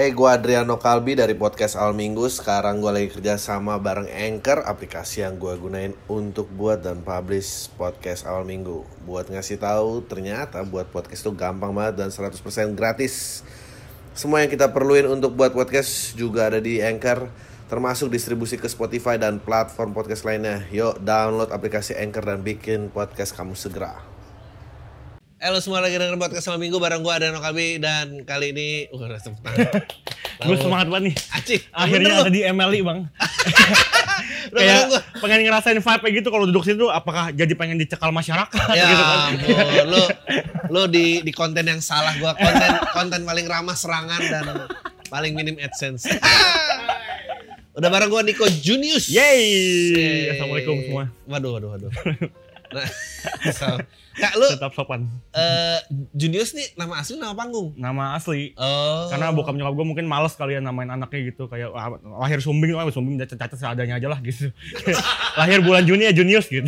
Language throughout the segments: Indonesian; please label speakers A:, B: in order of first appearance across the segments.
A: Gua Adriano Kalbi dari podcast Awal Minggu. Sekarang gue lagi kerja sama bareng Anchor, aplikasi yang gue gunain untuk buat dan publish podcast Awal Minggu. Buat ngasih tahu, ternyata buat podcast itu gampang banget dan 100% gratis. Semua yang kita perluin untuk buat podcast juga ada di Anchor, termasuk distribusi ke Spotify dan platform podcast lainnya. Yuk download aplikasi Anchor dan bikin podcast kamu segera. Halo semua, lagi dengerin podcast Awal Minggu bareng gue Adriano Kalbi. Dan kali ini udah tepuk tangan.
B: Gue semangat banget nih.
A: Acik,
B: akhirnya ada di MLI bang. Kayak pengen ngerasain vibe kayak gitu kalau duduk situ, apakah jadi pengen dicekal masyarakat
A: ya,
B: gitu kan.
A: Lo di konten yang salah. Gue konten paling ramah serangan dan paling minim AdSense. Udah bareng gue Nico Junius.
B: Yeay. Assalamualaikum semua.
A: Waduh. Nah, Kak, lu
B: tetap sopan.
A: Junius nih nama asli, nama panggung?
B: Nama asli.
A: Oh.
B: Karena bokap nyokap gue mungkin males kali ya namain anaknya gitu. Kayak lahir sumbing cacat seadanya aja lah gitu. Lahir bulan Juni ya Junius gitu.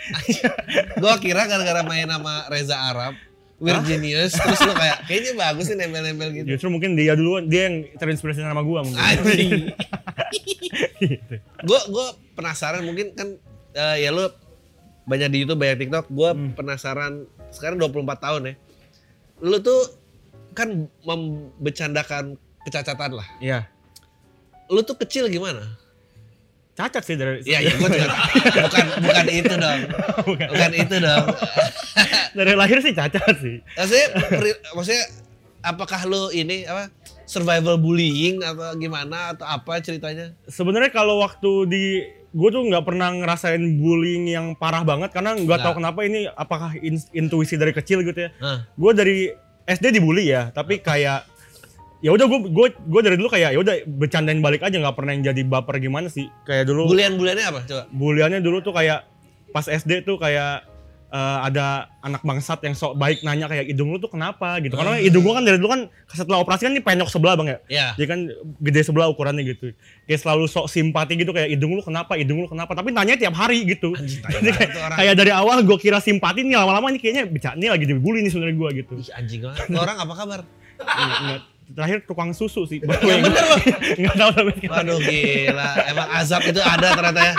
A: Gue kira gara-gara main nama Reza Arab, Virginius, terus lu kayaknya bagus sih nempel-nempel gitu.
B: Justru mungkin dia duluan, dia yang terinspirasi nama gue mungkin.
A: Anjing.
B: Gitu.
A: Gue penasaran, mungkin kan ya lu banyak di YouTube, banyak TikTok. Gue penasaran, sekarang 24 tahun ya. Lu tuh kan membecandakan kecacatan lah.
B: Iya.
A: Lu tuh kecil gimana?
B: Cacat sih dari.
A: Iya, gue juga. Bukan itu dong. Bukan itu dong.
B: Dari lahir sih cacat sih.
A: Maksudnya apakah lu ini survival bullying atau gimana atau apa ceritanya?
B: Sebenarnya kalau waktu gue tuh nggak pernah ngerasain bullying yang parah banget karena nggak tahu kenapa ini apakah intuisi dari kecil gitu ya. Gue dari SD dibully ya, tapi kayak ya udah gue dari dulu kayak ya udah bercandain balik aja, nggak pernah yang jadi baper gimana sih. Kayak dulu.
A: Buliannya apa? Coba.
B: Buliannya dulu tuh kayak pas SD tuh kayak ada anak bangsat yang sok baik nanya kayak hidung lu tuh kenapa gitu. Karena hidung gua kan dari dulu kan setelah operasi kan ini penyok sebelah bang ya.
A: Iya.
B: Dia kan gede sebelah ukurannya gitu. Kayak selalu sok simpati gitu kayak hidung lu kenapa. Tapi nanya tiap hari gitu. Jadi kayak dari awal gua kira simpati nih, lama-lama ini kayaknya ini lagi dibully nih sebenarnya gua gitu.
A: Ih, anjing banget. Orang apa kabar?
B: Terakhir tukang susu sih.
A: Yang bener loh.
B: Enggak tahu tapi.
A: Waduh gila, emang azab itu ada ternyata ya.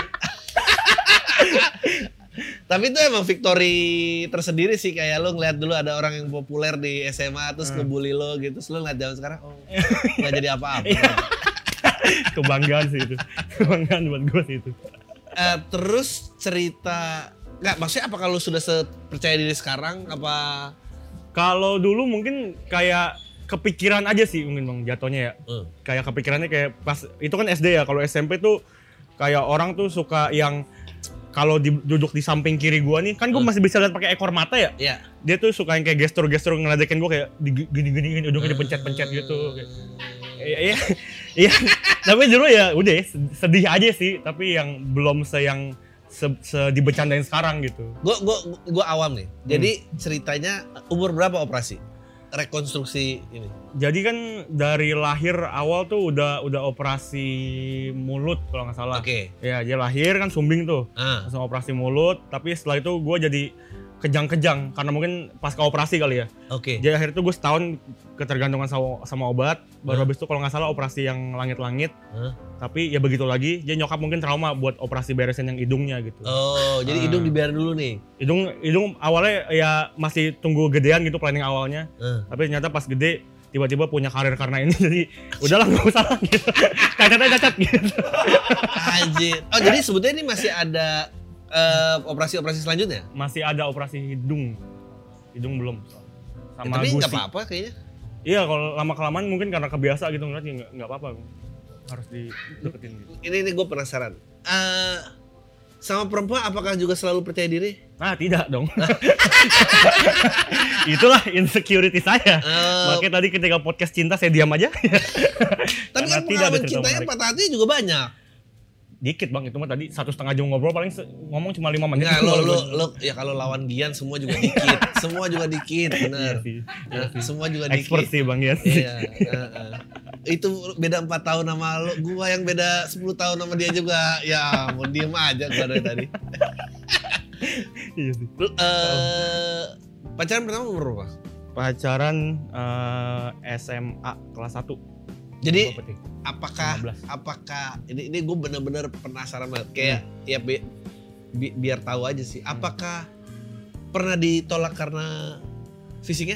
A: Tapi itu emang victory tersendiri sih, kayak lo ngeliat dulu ada orang yang populer di SMA terus ngebully lo gitu, terus lo ngeliat zaman sekarang nggak jadi apa-apa.
B: Kebanggaan sih itu, kebanggaan buat gue sih itu.
A: Terus cerita, nggak maksudnya apa kalau sudah percaya diri sekarang apa?
B: Kalau dulu mungkin kayak kepikiran aja sih mungkin bang jatuhnya ya. Kayak kepikirannya kayak pas itu kan SD ya, kalau SMP tuh kayak orang tuh suka yang kalau duduk di samping kiri gua nih, kan gua masih bisa lihat pakai ekor mata ya.
A: Iya.
B: Dia tuh suka yang kayak gestur-gestur ngeledekin gua kayak gini-gini hidungnya dipencet-pencet gitu. Iya. Tapi dulu ya udah sedih aja sih, tapi yang belum dibecandain sekarang gitu.
A: Gua awam nih. Jadi ceritanya umur berapa operasi? Rekonstruksi ini. Jadi
B: kan dari lahir awal tuh udah operasi mulut kalau nggak salah.
A: Oke.
B: Ya dia lahir kan sumbing tuh, langsung operasi mulut. Tapi setelah itu gue jadi kejang-kejang karena mungkin pasca operasi kali ya.
A: Oke.
B: Jadi akhirnya tuh gue setahun ketergantungan sama obat. Baru habis itu kalau nggak salah operasi yang langit-langit. Tapi ya begitu lagi. Jadi nyokap mungkin trauma buat operasi beresin yang hidungnya gitu.
A: Oh, jadi hidung dibiarin dulu nih.
B: Hidung awalnya ya masih tunggu gedean gitu planning awalnya. Tapi ternyata pas gede tiba-tiba punya karir karena ini, jadi udahlah nggak usah lah gitu. Cacat gitu.
A: Anjir. Oh, jadi sebetulnya ini masih ada operasi-operasi selanjutnya?
B: Masih ada operasi hidung belum. Sama
A: tapi
B: gusi.
A: Nggak apa-apa kayaknya.
B: Iya, kalau lama-kelamaan mungkin karena kebiasa gitu ngeliat ya nggak apa-apa. Harus dideketin gitu.
A: Ini gue penasaran. Sama perempuan apakah juga selalu percaya diri?
B: Nah, tidak dong. Itulah insecurity saya. Makanya tadi ketika podcast cinta saya diam aja.
A: Tapi kan pengalaman cintanya patah hati juga banyak.
B: Dikit bang, itu mah tadi 1,5 jam ngobrol paling ngomong cuma 5 menit.
A: Nggak, lo ya kalau lawan Gian semua juga dikit. Semua juga dikit, bener.
B: Iya sih.
A: Semua juga dikit.
B: Expert sih bang Gian.
A: Iya. Itu beda 4 tahun sama lo, gua yang beda 10 tahun sama dia juga. Ya mau diem aja gua dari tadi.
B: Iya sih.
A: Pacaran pertama umur berapa?
B: Pacaran SMA kelas 1.
A: Jadi apakah ini gue bener-bener penasaran banget kayak ya biar tahu aja sih. Apakah pernah ditolak karena fisiknya?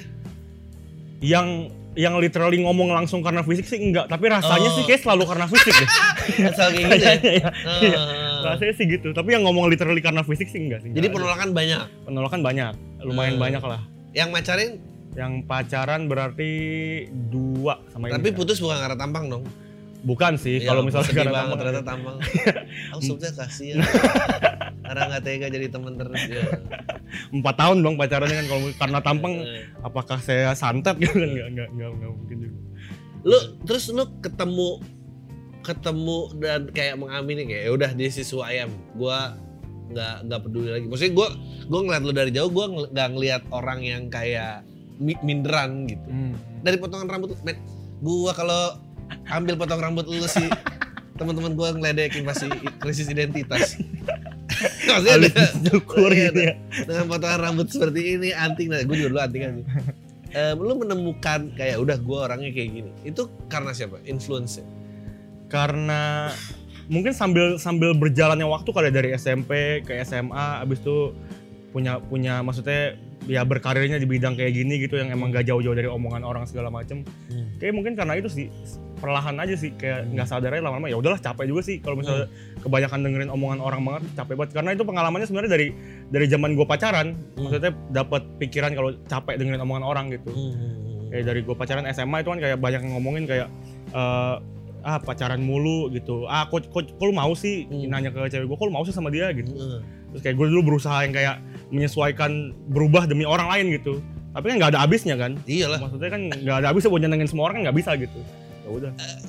B: Yang literally ngomong langsung karena fisik sih enggak, tapi rasanya sih kayak selalu karena fisik deh.
A: Asal kayak gitu ya?
B: Rasanya sih gitu, tapi yang ngomong literally karena fisik sih enggak sih.
A: Jadi penolakan banyak?
B: Penolakan banyak, lumayan banyak lah.
A: Yang macarin?
B: Yang pacaran berarti 2 sama ini.
A: Tapi putus bukan karena tampang dong?
B: Bukan sih,
A: ya,
B: kalau misalnya
A: karena tampang. Ternyata tampang. Aku sebetulnya kasihan. Karena gak tega jadi temen terus ya.
B: 4 tahun dong pacarannya kan, kalau karena tampang apakah saya santet gitu kan, enggak mungkin juga.
A: Terus lu ketemu dan kayak mengamini kayak ya udah this is who I am. Gua nggak peduli lagi. Maksudnya gua ngeliat lu dari jauh, gua nggak ngeliat orang yang kayak minderan gitu. Dari potongan rambut, gua kalau ambil potong rambut lu sih teman-teman gua ngeledekin pasti krisis identitas. Maksudnya
B: syukur gitu ya.
A: Dengan potongan rambut seperti ini, anting, nah gue juga dulu anting aja. Lu menemukan kayak udah gue orangnya kayak gini. Itu karena siapa? Influence?
B: Karena mungkin sambil berjalannya waktu kali dari SMP ke SMA, abis itu punya maksudnya ya berkarirnya di bidang kayak gini gitu yang emang gak jauh-jauh dari omongan orang segala macem. Kayak mungkin karena itu sih perlahan aja sih kayak nggak sadar aja lama-lama ya udahlah capek juga sih kalau misalnya kebanyakan dengerin omongan orang banget capek banget karena itu pengalamannya sebenarnya dari zaman gue pacaran maksudnya dapat pikiran kalau capek dengerin omongan orang gitu. Kayak dari gue pacaran SMA itu kan kayak banyak yang ngomongin kayak pacaran mulu gitu. Kok lu mau sih nanya ke cewek gue, kok lu mau sih sama dia gitu. Terus kayak gue dulu berusaha yang kayak menyesuaikan berubah demi orang lain gitu. Tapi kan nggak ada habisnya kan.
A: Iyalah.
B: Maksudnya kan nggak ada habisnya buat nyenengin semua orang kan nggak bisa gitu. Ya udah.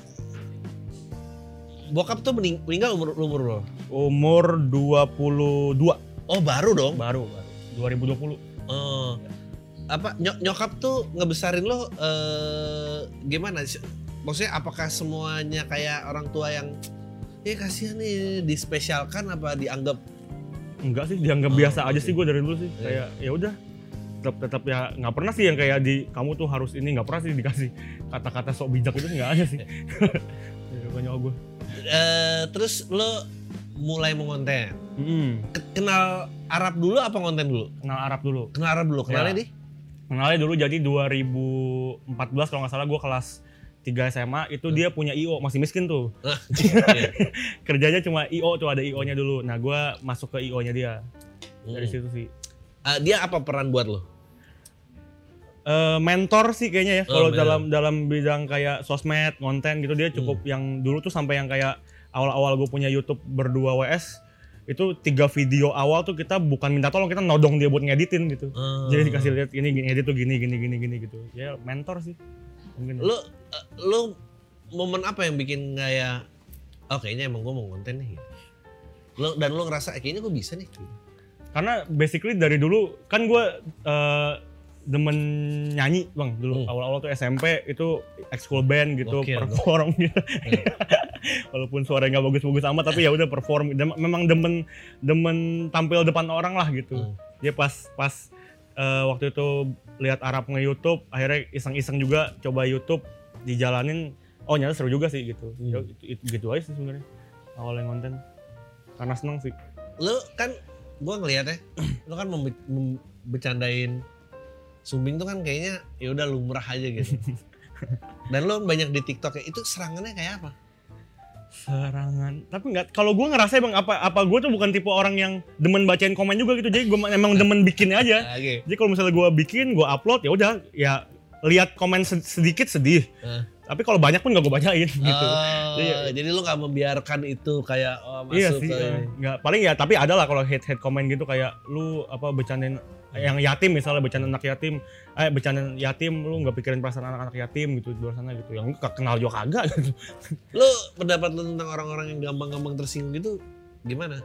A: Bokap tuh meninggal umur berapa?
B: Umur 22.
A: Oh baru dong?
B: Baru 2020.
A: Apa nyokap tuh ngebesarin lo gimana? Maksudnya apakah semuanya kayak orang tua yang ya kasihan nih dispesialkan apa dianggap?
B: Enggak sih, dianggap biasa aja sih gue dari dulu sih. Kayak ya udah tetap ya nggak pernah sih yang kayak kamu tuh harus ini, nggak pernah sih dikasih kata-kata sok bijak itu nggak ada sih. Gue.
A: Terus lo mulai mengonten. Kenal Arab dulu apa konten dulu?
B: Kenal Arab dulu.
A: Kenalnya
B: Kenalnya dulu jadi 2014 kalau nggak salah gue kelas 3 SMA itu dia punya IO, masih miskin tuh. Kerjanya cuma IO tuh, ada IO-nya dulu. Nah gue masuk ke IO-nya dia. Dari situ sih.
A: Dia apa peran buat lo?
B: Mentor sih kayaknya ya. Kalau dalam bidang kayak sosmed, konten gitu dia cukup yang dulu tuh sampai yang kayak awal-awal gue punya YouTube berdua WS itu 3 video awal tuh kita bukan minta tolong, kita nodong dia buat ngeditin gitu. Jadi dikasih lihat ini edit tuh gini gitu. Ya mentor sih. Mungkin.
A: Lu momen apa yang bikin kayak kayaknya emang gue mau konten nih. Dan lu ngerasa kayaknya gue bisa nih.
B: Karena basically dari dulu kan gue demen nyanyi bang dulu awal-awal tuh SMP itu ekskul band gitu perform gitu. Walaupun suaranya nggak bagus-bagus amat tapi ya udah perform. Memang demen tampil depan orang lah gitu. Dia pas waktu itu lihat Arab nge-YouTube akhirnya iseng-iseng juga coba YouTube dijalanin nyata seru juga sih gitu. Gitu aja sih sebenarnya awalnya konten karena seneng sih.
A: Lu kan gua ngeliat ya lu kan bercandain Sumbing tuh kan kayaknya ya udah lumrah aja gitu. Dan lu banyak di TikTok ya, itu serangannya kayak apa?
B: Serangan, tapi nggak. Kalau gue ngerasa bang apa gue tuh bukan tipe orang yang demen bacain komen juga gitu. Jadi gue emang demen bikinnya aja. Jadi kalau misalnya gue bikin, gue upload ya udah ya lihat komen sedikit sedih. Tapi kalau banyak pun nggak gue bacain gitu.
A: Jadi lu nggak membiarkan itu kayak masuk
B: iya sih, nggak paling ya tapi ada lah kalau hate komen gitu kayak lu bercandain yang yatim misalnya bercanda anak yatim, bercanda yatim lu nggak pikirin perasaan anak-anak yatim gitu di luar sana gitu, yang kenal juga kagak gitu.
A: Lu pendapat lu tentang orang-orang yang gampang-gampang tersinggung gitu gimana?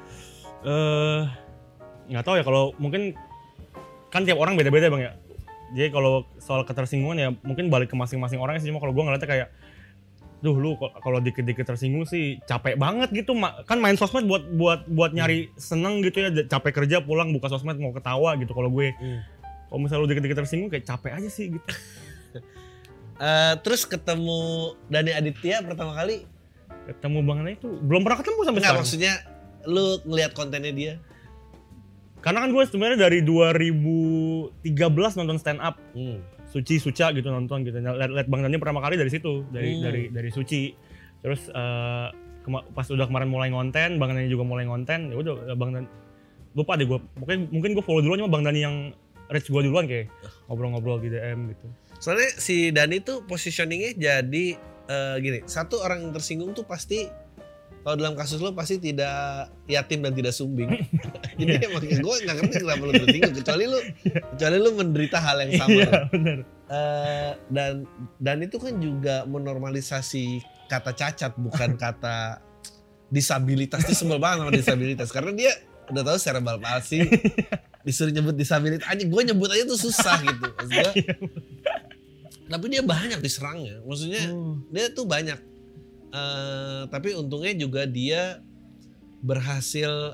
B: Nggak tahu ya, kalau mungkin kan tiap orang beda-beda bang ya. Jadi kalau soal ketersinggungan ya mungkin balik ke masing-masing orangnya sih. Cuma kalau gue ngeliatnya kayak lu kalau dikit-dikit tersinggung sih capek banget gitu. Kan main sosmed buat nyari seneng gitu ya, capek kerja pulang buka sosmed mau ketawa gitu kalau gue. Kalau misalnya lu dikit-dikit tersinggung kayak capek aja sih gitu.
C: Terus ketemu Dani Aditya pertama kali?
B: Ketemu Bang Dani itu belum pernah ketemu sampai
C: sekarang.
B: Enggak,
C: maksudnya lu ngelihat kontennya dia?
B: Karena kan gue sebenarnya dari 2013 nonton stand up. Suca gitu nonton gitu. Lihat Bang Dani pertama kali dari situ, dari Suci. Terus pas udah kemarin mulai ngonten, Bang Dani juga mulai ngonten. Ya udah Bang Dani lupa deh gue. Mungkin gue follow duluan, cuma Bang Dani yang reach gue duluan kayak ngobrol-ngobrol di DM gitu.
C: Soalnya si Dani tuh positioningnya jadi gini, satu orang yang tersinggung tuh pasti kalau dalam kasus lo pasti tidak yatim dan tidak sumbing. Jadi makanya gue nggak ngerti kenapa lo tersinggung, kecuali lo menderita hal yang sama.
B: Iya benar.
C: Dan itu kan juga menormalisasi kata cacat, bukan kata disabilitas. Itu sebel banget sama disabilitas karena dia udah tahu cerebral palsy. Disuruh nyebut disabilitas aja, gue nyebut aja tuh susah gitu. Maksudnya, tapi dia banyak diserangnya, maksudnya dia tuh banyak. Tapi untungnya juga dia berhasil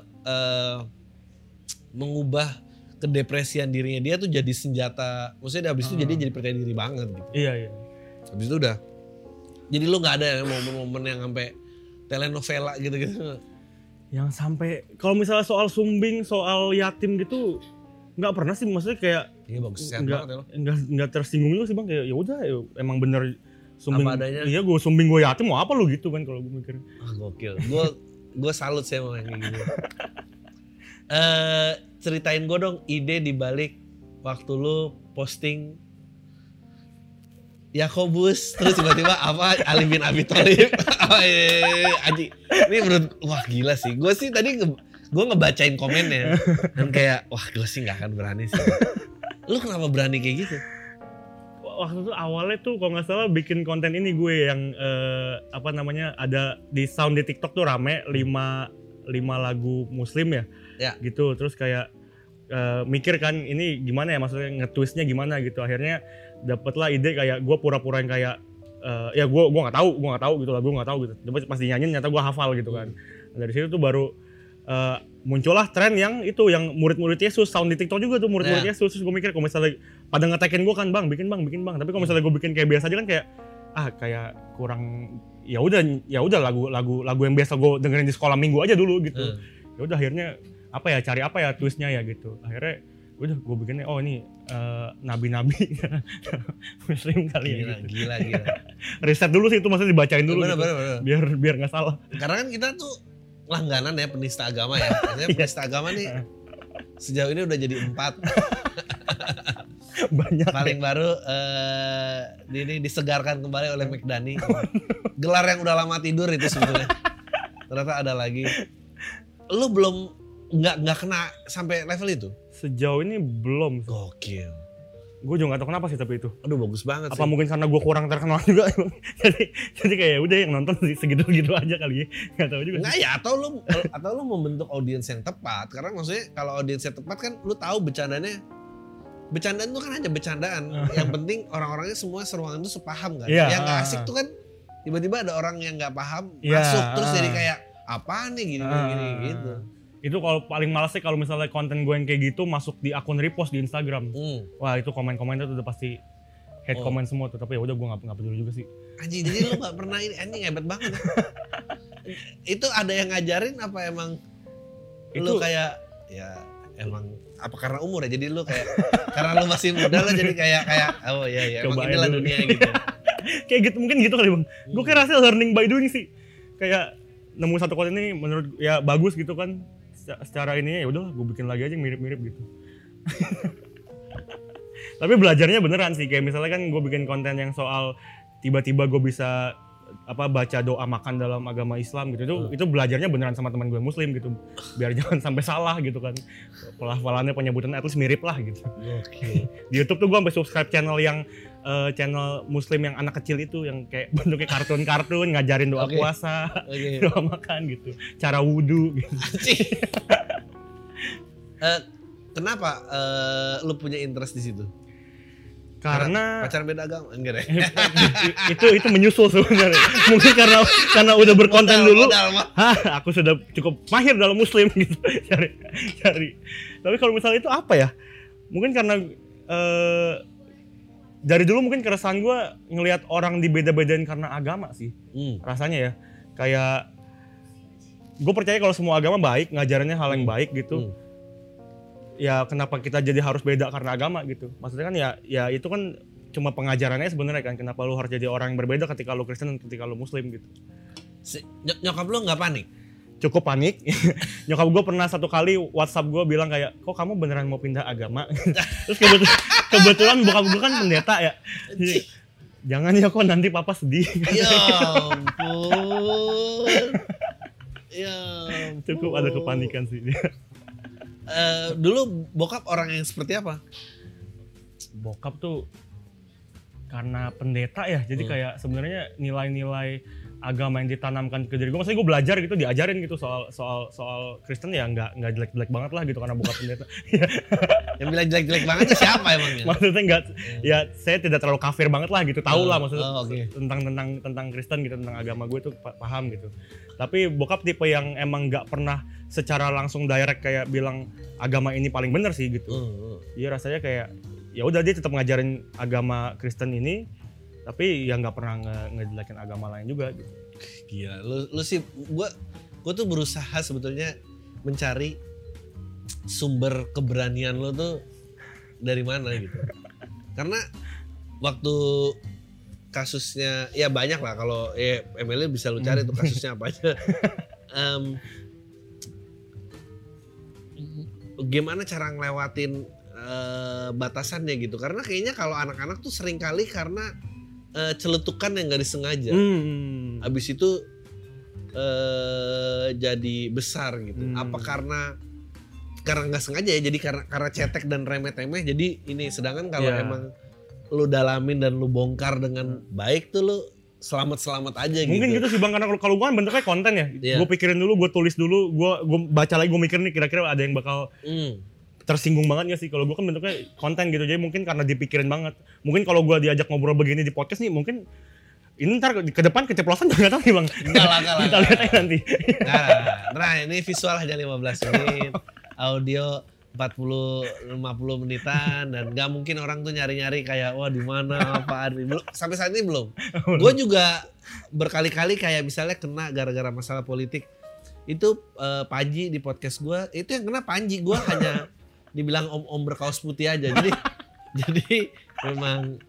C: mengubah kedepresian dirinya dia tuh jadi senjata. Maksudnya habis itu jadi percaya diri banget gitu.
B: Iya.
C: Habis itu udah. Jadi lu nggak ada momen-momen yang sampai telenovela gitu-gitu.
B: Yang sampai kalau misalnya soal sumbing, soal yatim gitu nggak pernah sih, maksudnya kayak
C: iya bagus banget ya lo.
B: Nggak tersinggung juga sih Bang, kayak ya udah emang bener sumbing.
C: Apa adanya.
B: Iya gue sumbing, gue yatim mau apa lu gitu kan kalau gue mikir.
C: Gokil. Gue salut sih sama yang kayak gitu. Ceritain gue dong ide dibalik waktu lu posting Yakobus terus tiba-tiba apa Ali bin Abi Thalib. Aji. Ini menurut wah gila sih. Gue sih tadi gue ngebacain komennya dan kayak wah gue sih nggak akan berani sih. Lu kenapa berani kayak gitu?
B: Waktu itu awalnya tuh kalau nggak salah bikin konten ini gue yang ada di sound di TikTok tuh rame 5 lagu Muslim ya. Gitu terus kayak mikir kan ini gimana ya, maksudnya nge-twistnya gimana gitu. Akhirnya dapatlah ide kayak gue pura-pura yang kayak ya gue nggak tahu gitu lah, gue nggak tahu gitu. Tapi pas dinyanyiin nyata gue hafal gitu kan. Dari situ tuh baru muncullah tren yang murid-murid Yesus, sound di TikTok juga tuh murid-murid Yesus. Terus gue mikir kalau misalnya pada ngetekin gue kan bikin bang. Tapi kalau misalnya gue bikin kayak biasa aja kan kayak kurang. Ya udah lagu yang biasa gue dengerin di sekolah minggu aja dulu gitu. Ya udah akhirnya cari twistnya ya gitu. Akhirnya udah gue bikinnya ini nabi-nabi Muslim kali ya.
C: Gila.
B: Riset dulu sih itu, maksudnya dibacain dulu
C: bener,
B: gitu. Biar nggak salah.
C: Karena kan kita tuh langganan ya penista agama ya. Maksudnya penista agama nih sejauh ini udah jadi 4.
B: Banyak.
C: Paling baru ini disegarkan kembali oleh McDani. Gelar yang udah lama tidur itu sebetulnya. Ternyata ada lagi. Lu belum nggak kena sampai level itu?
B: Sejauh ini belum.
C: Gokil.
B: Gue juga nggak tahu kenapa sih tapi itu.
C: Aduh bagus banget.
B: Apa sih? Mungkin karena gue kurang terkenal juga. jadi kayak udah yang nonton segitu aja kali ya. Nggak tahu juga.
C: Nggak ya, atau lu membentuk audiens yang tepat. Karena maksudnya kalau audiens yang tepat kan lu tahu bercandaan itu kan hanya bercandaan. Yang penting orang-orangnya semua seruangan itu sepaham kan. Yang nggak asik tuh kan tiba-tiba ada orang yang nggak paham masuk terus jadi kayak apaan nih gini gitu.
B: Itu kalau paling males sih kalau misalnya konten gue yang kayak gitu masuk di akun repost di Instagram. Wah itu komen-komennya tuh udah pasti hate comment semua tuh. Tapi ya udah gue nggak peduli juga sih.
C: Anjing, jadi lu nggak pernah ini, anjing hebat banget ya. Itu ada yang ngajarin apa emang lu kayak ya emang apa karena umur ya, jadi lu kayak karena lu masih muda lo jadi kayak oh iya emang inilah dunia gitu.
B: Kayak gitu mungkin gitu kali bang. Gue kayak rasa learning by doing sih. Kayak nemu satu konten ini menurut ya bagus gitu kan. Secara ini ya udahlah gue bikin lagi aja yang mirip-mirip gitu. Tapi belajarnya beneran sih, kayak misalnya kan gue bikin konten yang soal tiba-tiba gue bisa baca doa makan dalam agama Islam gitu. Itu belajarnya beneran sama teman gue Muslim gitu. Biar jangan sampai salah gitu kan. Pelafalannya penyebutan at least mirip lah gitu.
C: Okay.
B: Di YouTube tuh gue sampai subscribe channel yang channel Muslim yang anak kecil itu yang kayak bentuknya kartun-kartun ngajarin doa puasa, doa makan gitu, cara wudu gitu.
C: Kenapa lu punya interest di situ?
B: Karena
C: pacaran beda agama enggak deh.
B: itu menyusul sebenarnya. Mungkin karena udah berkonten dulu. Aku sudah cukup mahir dalam Muslim gitu. Cari. Tapi kalau misalnya itu apa ya? Mungkin karena dari dulu mungkin keresahan gue ngelihat orang dibeda-bedain karena agama sih. Rasanya ya. Kayak gue percaya kalau semua agama baik, ngajarannya hal yang baik gitu. Ya kenapa kita jadi harus beda karena agama gitu. Maksudnya kan ya itu kan cuma pengajarannya sebenarnya kan. Kenapa lu harus jadi orang yang berbeda ketika lu Kristen dan ketika lu Muslim gitu.
C: Nyokap lu nggak panik?
B: Cukup panik. Nyokap gue pernah satu kali WhatsApp gue bilang kayak, kok kamu beneran mau pindah agama? Terus kebetulan bokap gue kan pendeta ya. Jadi, jangan ya kok nanti papa sedih.
C: Ya ampun. Ya ampun.
B: Cukup ada kepanikan sih dia.
C: Dulu bokap orang yang seperti apa?
B: Bokap tuh karena pendeta ya, jadi kayak sebenarnya nilai-nilai agama yang ditanamkan ke diri gue, maksudnya gue belajar gitu, diajarin gitu soal Kristen ya nggak jelek-jelek banget lah gitu karena bokap pendeta.
C: Yang bilang jelek-jelek banget itu siapa emangnya?
B: Maksudnya nggak, ya saya tidak terlalu kafir banget lah gitu, tahu lah maksudnya tentang Kristen gitu, tentang agama gue tuh paham gitu. Tapi bokap tipe yang emang nggak pernah secara langsung direct kayak bilang agama ini paling bener sih gitu. Iya rasanya kayak ya udah dia tetap ngajarin agama Kristen ini, tapi ya nggak pernah ngejelekin agama lain juga gitu.
C: Gila, lu sih, gua tuh berusaha sebetulnya mencari sumber keberanian lu tuh dari mana gitu. Karena waktu kasusnya ya banyak lah, kalau ML bisa lu cari tuh kasusnya apa aja. Gimana cara ngelewatin batasannya gitu, karena kayaknya kalau anak-anak tuh sering kali karena celetukan yang gak disengaja, abis itu jadi besar gitu. Apa karena nggak sengaja ya, jadi karena cetek dan remeh-temeh jadi ini. Sedangkan kalau emang lu dalamin dan lu bongkar dengan baik tuh lu selamat aja gitu.
B: Mungkin gitu sih bang, karena kalau gue kan bentuknya konten ya. Gue pikirin dulu, gue tulis dulu, gue baca lagi, gue mikir nih kira-kira ada yang bakal tersinggung banget gak sih. Kalau gue kan bentuknya konten gitu, jadi mungkin karena dipikirin banget. Mungkin kalau gue diajak ngobrol begini di podcast nih, mungkin ini ntar ke depan keceplosan juga gak tau nih bang.
C: Enggak lah.
B: Kita lihat aja nanti.
C: Nah ini visual hanya 15 menit, audio 40-50 menitan, dan gak mungkin orang tuh nyari-nyari kayak wah di mana apaan. Sampai saat ini belum. Gue juga berkali-kali kayak misalnya kena gara-gara masalah politik. Itu Panji di podcast gue, itu yang kena Panji, gue hanya dibilang om berkaos putih aja. Jadi memang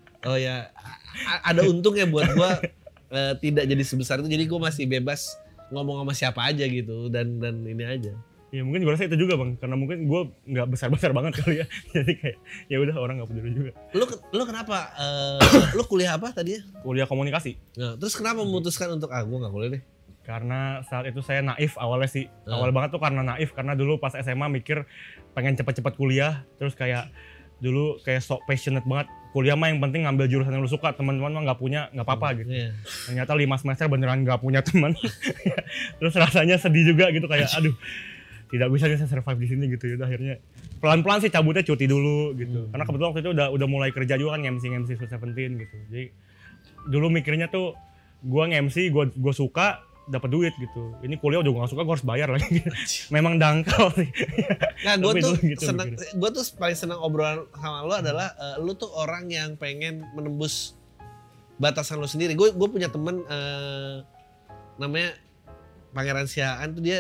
C: ada untungnya buat gue tidak jadi sebesar itu. Jadi gue masih bebas ngomong sama siapa aja gitu, dan ini aja.
B: Ya mungkin gue rasa itu juga bang, karena mungkin gue nggak besar banget kali ya. Jadi kayak ya udah orang nggak peduli juga.
C: Lu kenapa? Lu kuliah apa tadi ya?
B: Kuliah komunikasi.
C: Nah, terus kenapa memutuskan untuk gue nggak kuliah deh?
B: Karena saat itu saya naif awalnya sih. Awal banget tuh karena naif, karena dulu pas SMA mikir pengen cepat-cepat kuliah, terus kayak dulu kayak sok passionate banget. Kuliah mah yang penting ngambil jurusan yang lu suka, teman-teman mah nggak punya nggak apa-apa gitu. Ternyata 5 semester beneran nggak punya teman. Terus rasanya sedih juga gitu, kayak aduh tidak bisa saya survive di sini gitu. Ya akhirnya pelan-pelan sih cabutnya cuti dulu gitu. Karena kebetulan waktu itu udah mulai kerja juga kan, MC Sweet 17 gitu. Jadi dulu mikirnya tuh gue nge-MC, gue suka, dapat duit gitu. Ini kuliah udah gue gak suka, gue harus bayar lagi. Memang dangkal sih.
C: Nah gue tuh gitu, senang, gue tuh paling senang obrolan sama lo adalah lo tuh orang yang pengen menembus batasan lo sendiri. Gue punya temen namanya Pangeran Siaan tuh,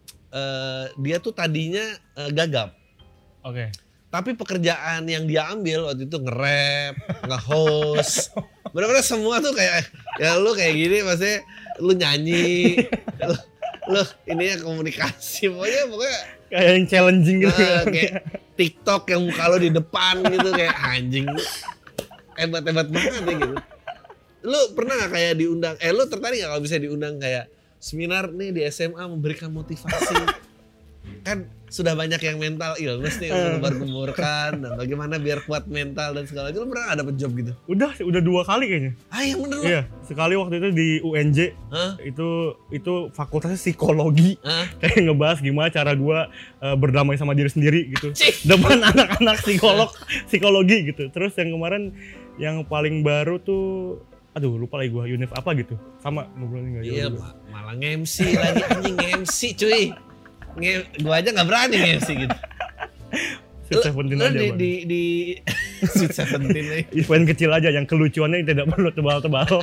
C: dia tuh tadinya gagap.
B: Oke.
C: Tapi pekerjaan yang dia ambil waktu itu nge-rap, nge-host, bener-bener semua tuh kayak ya lu kayak gini, maksudnya lu nyanyi, lu ininya komunikasi, pokoknya
B: kayak yang challenging gitu.
C: Kayak TikTok yang muka lu di depan gitu, kayak anjing, hebat banget ya gitu. Lu pernah gak kayak diundang, lu tertarik gak kalau bisa diundang kayak seminar nih di SMA memberikan motivasi? Kan sudah banyak yang mental illness nih mengembar-gemborkan, dan bagaimana biar kuat mental dan segala macam. Lu pernah gak dapet job gitu?
B: Udah 2 kali kayaknya.
C: Yang bener lu?
B: Iya, sekali waktu itu di UNJ. Itu fakultasnya psikologi. Kayak ngebahas gimana cara gua berdamai sama diri sendiri gitu. Depan anak-anak psikologi gitu. Terus yang kemarin yang paling baru tuh, aduh lupa lagi gua, Unif apa gitu. Sama ngobrolnya enggak jauh.
C: Iya, malah nge-MC lagi, anjing nge-MC cuy. Gue aja nggak berani nge-MC gitu.
B: Lu
C: di Sweet 17 nih.
B: Event kecil aja yang kelucuannya tidak perlu tebal-tebal.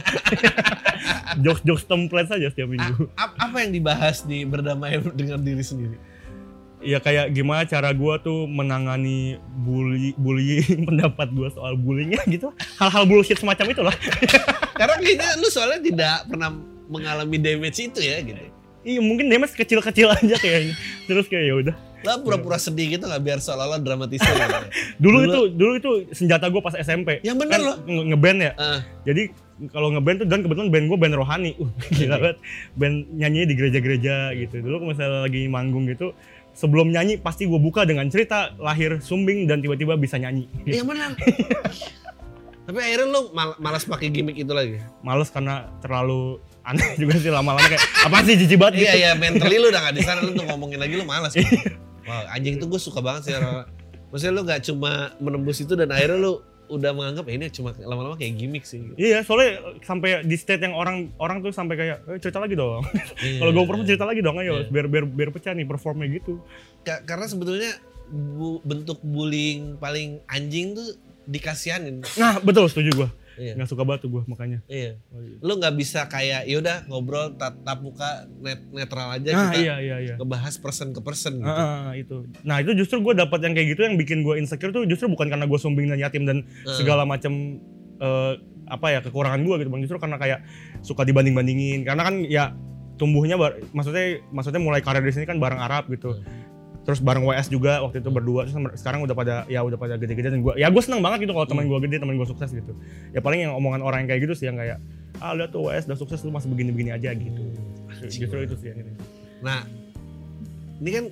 B: Jokes template saja setiap minggu.
C: Apa yang dibahas di berdamai dengan diri sendiri?
B: Ya kayak gimana cara gue tuh menangani bullying, pendapat gue soal bullyingnya gitu. Hal-hal bullshit semacam itulah.
C: Karena kayaknya lu soalnya tidak pernah mengalami damage itu ya gitu.
B: Iya mungkin damage kecil-kecil aja kayaknya. Terus kayak ya udah.
C: Lah pura-pura sedih gitu nggak biar seolah-olah dramatisir gitu.
B: Dulu itu senjata gue pas SMP.
C: Yang bener
B: kan
C: loh.
B: Ngeband ya. Jadi kalau ngeband tuh dan kebetulan band gue band rohani. Gila banget. Band nyanyi di gereja-gereja gitu. Dulu misalnya lagi manggung gitu, sebelum nyanyi pasti gue buka dengan cerita lahir sumbing dan tiba-tiba bisa nyanyi.
C: Yang benar. Tapi akhirnya lu malas pakai gimmick itu lagi.
B: Males karena terlalu aneh juga sih lama-lama kayak apa sih jijik banget gitu.
C: Iya, mentally lu udah gak di sana, lu tuh ngomongin lagi lu malas. Wah, anjing itu gue suka banget sih. Maksudnya lu gak cuma menembus itu dan akhirnya lu udah menganggap ini cuma lama-lama kayak gimmick sih.
B: Iya, soalnya sampai di state yang orang tuh sampai kayak cerita lagi dong. Kalau gue perform cerita lagi dong, ayo biar pecah nih performnya gitu.
C: Karena sebetulnya bentuk bullying paling anjing tuh dikasihanin.
B: Nah, betul setuju gue.
C: Iya.
B: Nggak suka batu gue makanya.
C: Iya. Lu nggak bisa kayak yaudah ngobrol tatap muka netral aja
B: nah,
C: kita
B: iya.
C: ngebahas person ke person gitu.
B: Itu. Nah itu justru gue dapat yang kayak gitu yang bikin gue insecure tuh justru bukan karena gue sumbing dan yatim dan segala macam kekurangan gue gitu bang. Justru karena kayak suka dibanding-bandingin. Karena kan ya tumbuhnya maksudnya mulai karir di sini kan bareng Arab gitu. Terus bareng WS juga waktu itu berdua, terus sekarang udah pada gede-gede dan gue seneng banget gitu kalau teman gue gede, teman gue sukses gitu. Ya paling yang omongan orang yang kayak gitu sih yang kayak lihat tuh WS udah sukses lu masih begini-begini aja gitu. Justru itu sih yang ini. Nah,
C: ini kan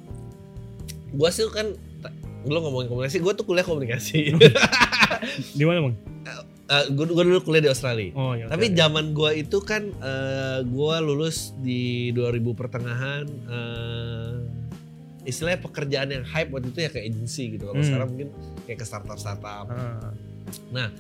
C: gue sih kan lu ngomongin komunikasi, gue tuh kuliah komunikasi.
B: Di mana bang?
C: Gue dulu kuliah di Australia.
B: Oh, ya,
C: tapi zaman gue itu kan gue lulus di 2000 pertengahan. Istilahnya pekerjaan yang hype waktu itu ya kayak agency gitu. Kalau sekarang mungkin kayak ke startup. Nah,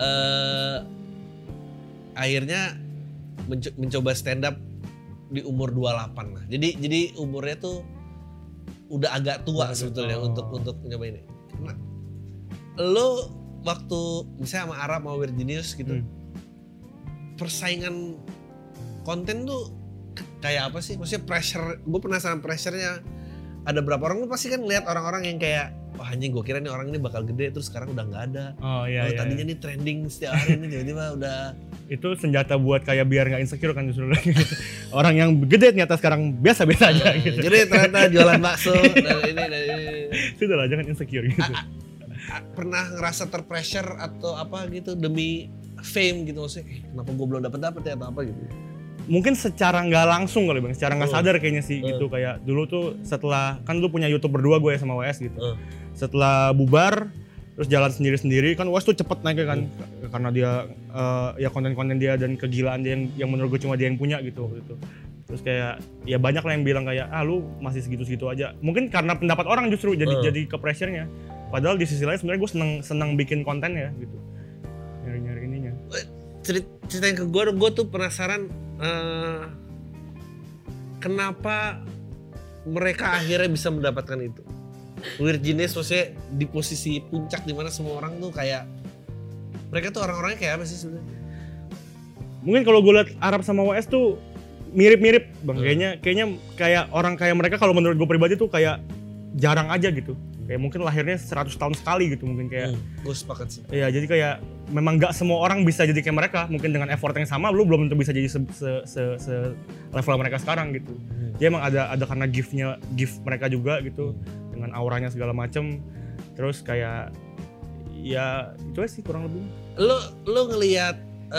C: akhirnya mencoba stand up di umur 28 lah. Jadi umurnya tuh udah agak tua sebetulnya untuk nyoba ini. Nah, lo waktu misalnya sama Arab mau Virginius gitu, persaingan konten tuh kayak apa sih? Maksudnya pressure, gue penasaran pressure-nya. Ada berapa orang lu pasti kan lihat orang-orang yang kayak wah anjing gue kira nih orang ini bakal gede terus sekarang udah nggak ada. Tadinya nih trending setiap hari ini tiba-tiba udah.
B: Itu senjata buat kayak biar nggak insecure kan justru. Orang yang gede ternyata sekarang biasa-biasa aja gitu.
C: Jadi ternyata jualan bakso dan ini.
B: Sudahlah jangan insecure gitu.
C: Pernah ngerasa terpressure atau apa gitu demi fame gitu maksudnya kenapa gue belum dapat ya atau apa gitu.
B: Mungkin secara nggak langsung kali bang, secara nggak sadar kayaknya sih gitu. Kayak dulu tuh setelah kan lu punya YouTube berdua gue ya sama WS gitu. Setelah bubar terus jalan sendiri-sendiri kan WS tuh cepet naiknya kan karena dia ya konten-konten dia dan kegilaan dia yang menurut gue cuma dia yang punya gitu gitu. Terus kayak ya banyak lah yang bilang kayak lu masih segitu-segitu aja. Mungkin karena pendapat orang justru jadi ke pressure-nya. Padahal di sisi lain sebenarnya gue senang bikin konten ya gitu. Nyari ininya.
C: Ceritain ke gue tuh penasaran kenapa mereka akhirnya bisa mendapatkan itu. Virginius maksudnya di posisi puncak dimana semua orang tuh kayak mereka tuh orang-orangnya kayak apa sih sebenarnya?
B: Mungkin kalau gue liat Arab sama WS tuh mirip-mirip bang. Kayaknya kayak orang kayak mereka kalau menurut gue pribadi tuh kayak jarang aja gitu. Kayak mungkin lahirnya 100 tahun sekali gitu mungkin kayak.
C: Gue sepakat sih.
B: Iya jadi kayak memang nggak semua orang bisa jadi kayak mereka. Mungkin dengan effort yang sama lu belum tentu bisa jadi se level mereka sekarang gitu. Dia emang ada karena gift mereka juga gitu dengan auranya segala macem. Terus kayak ya itu aja sih kurang lebih.
C: Lu ngelihat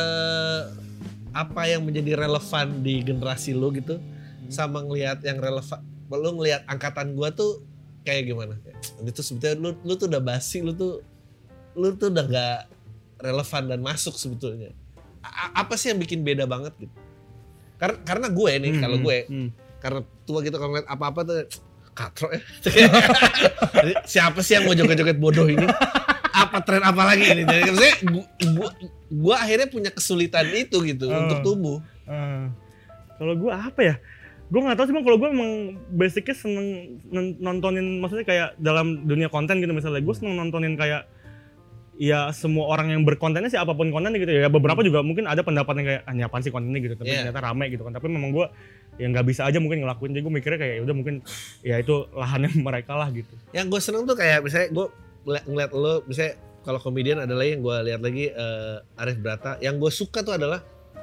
C: apa yang menjadi relevan di generasi lu gitu sama ngelihat yang relevan. Lu ngelihat angkatan gua tuh kayak gimana? Itu sebetulnya lu tuh udah basi, lu tuh udah gak relevan dan masuk sebetulnya. Apa sih yang bikin beda banget gitu? Karena gue nih, kalau gue karena tua gitu kalau ngeliat apa-apa tuh katro ya. Siapa sih yang mau joget-joget bodoh ini? Apa tren apa lagi ini? Jadi maksudnya gue akhirnya punya kesulitan itu gitu untuk tumbuh.
B: Kalau gue apa ya? Gue nggak tahu sih bang, kalau gue emang basicnya seneng nontonin, maksudnya kayak dalam dunia konten gitu misalnya, gue seneng nontonin kayak ya semua orang yang berkontennya sih apapun konten gitu ya. Beberapa juga mungkin ada pendapat yang kayak ini apaan sih kontennya gitu, tapi ternyata rame gitu kan. Tapi memang gue ya nggak bisa aja mungkin ngelakuin, jadi gue mikirnya kayak udah mungkin ya itu lahannya mereka lah gitu.
C: Yang gue seneng tuh kayak misalnya gue ngeliat lo, misalnya kalau komedian ada lagi yang gue lihat lagi Arif Brata. Yang gue suka tuh adalah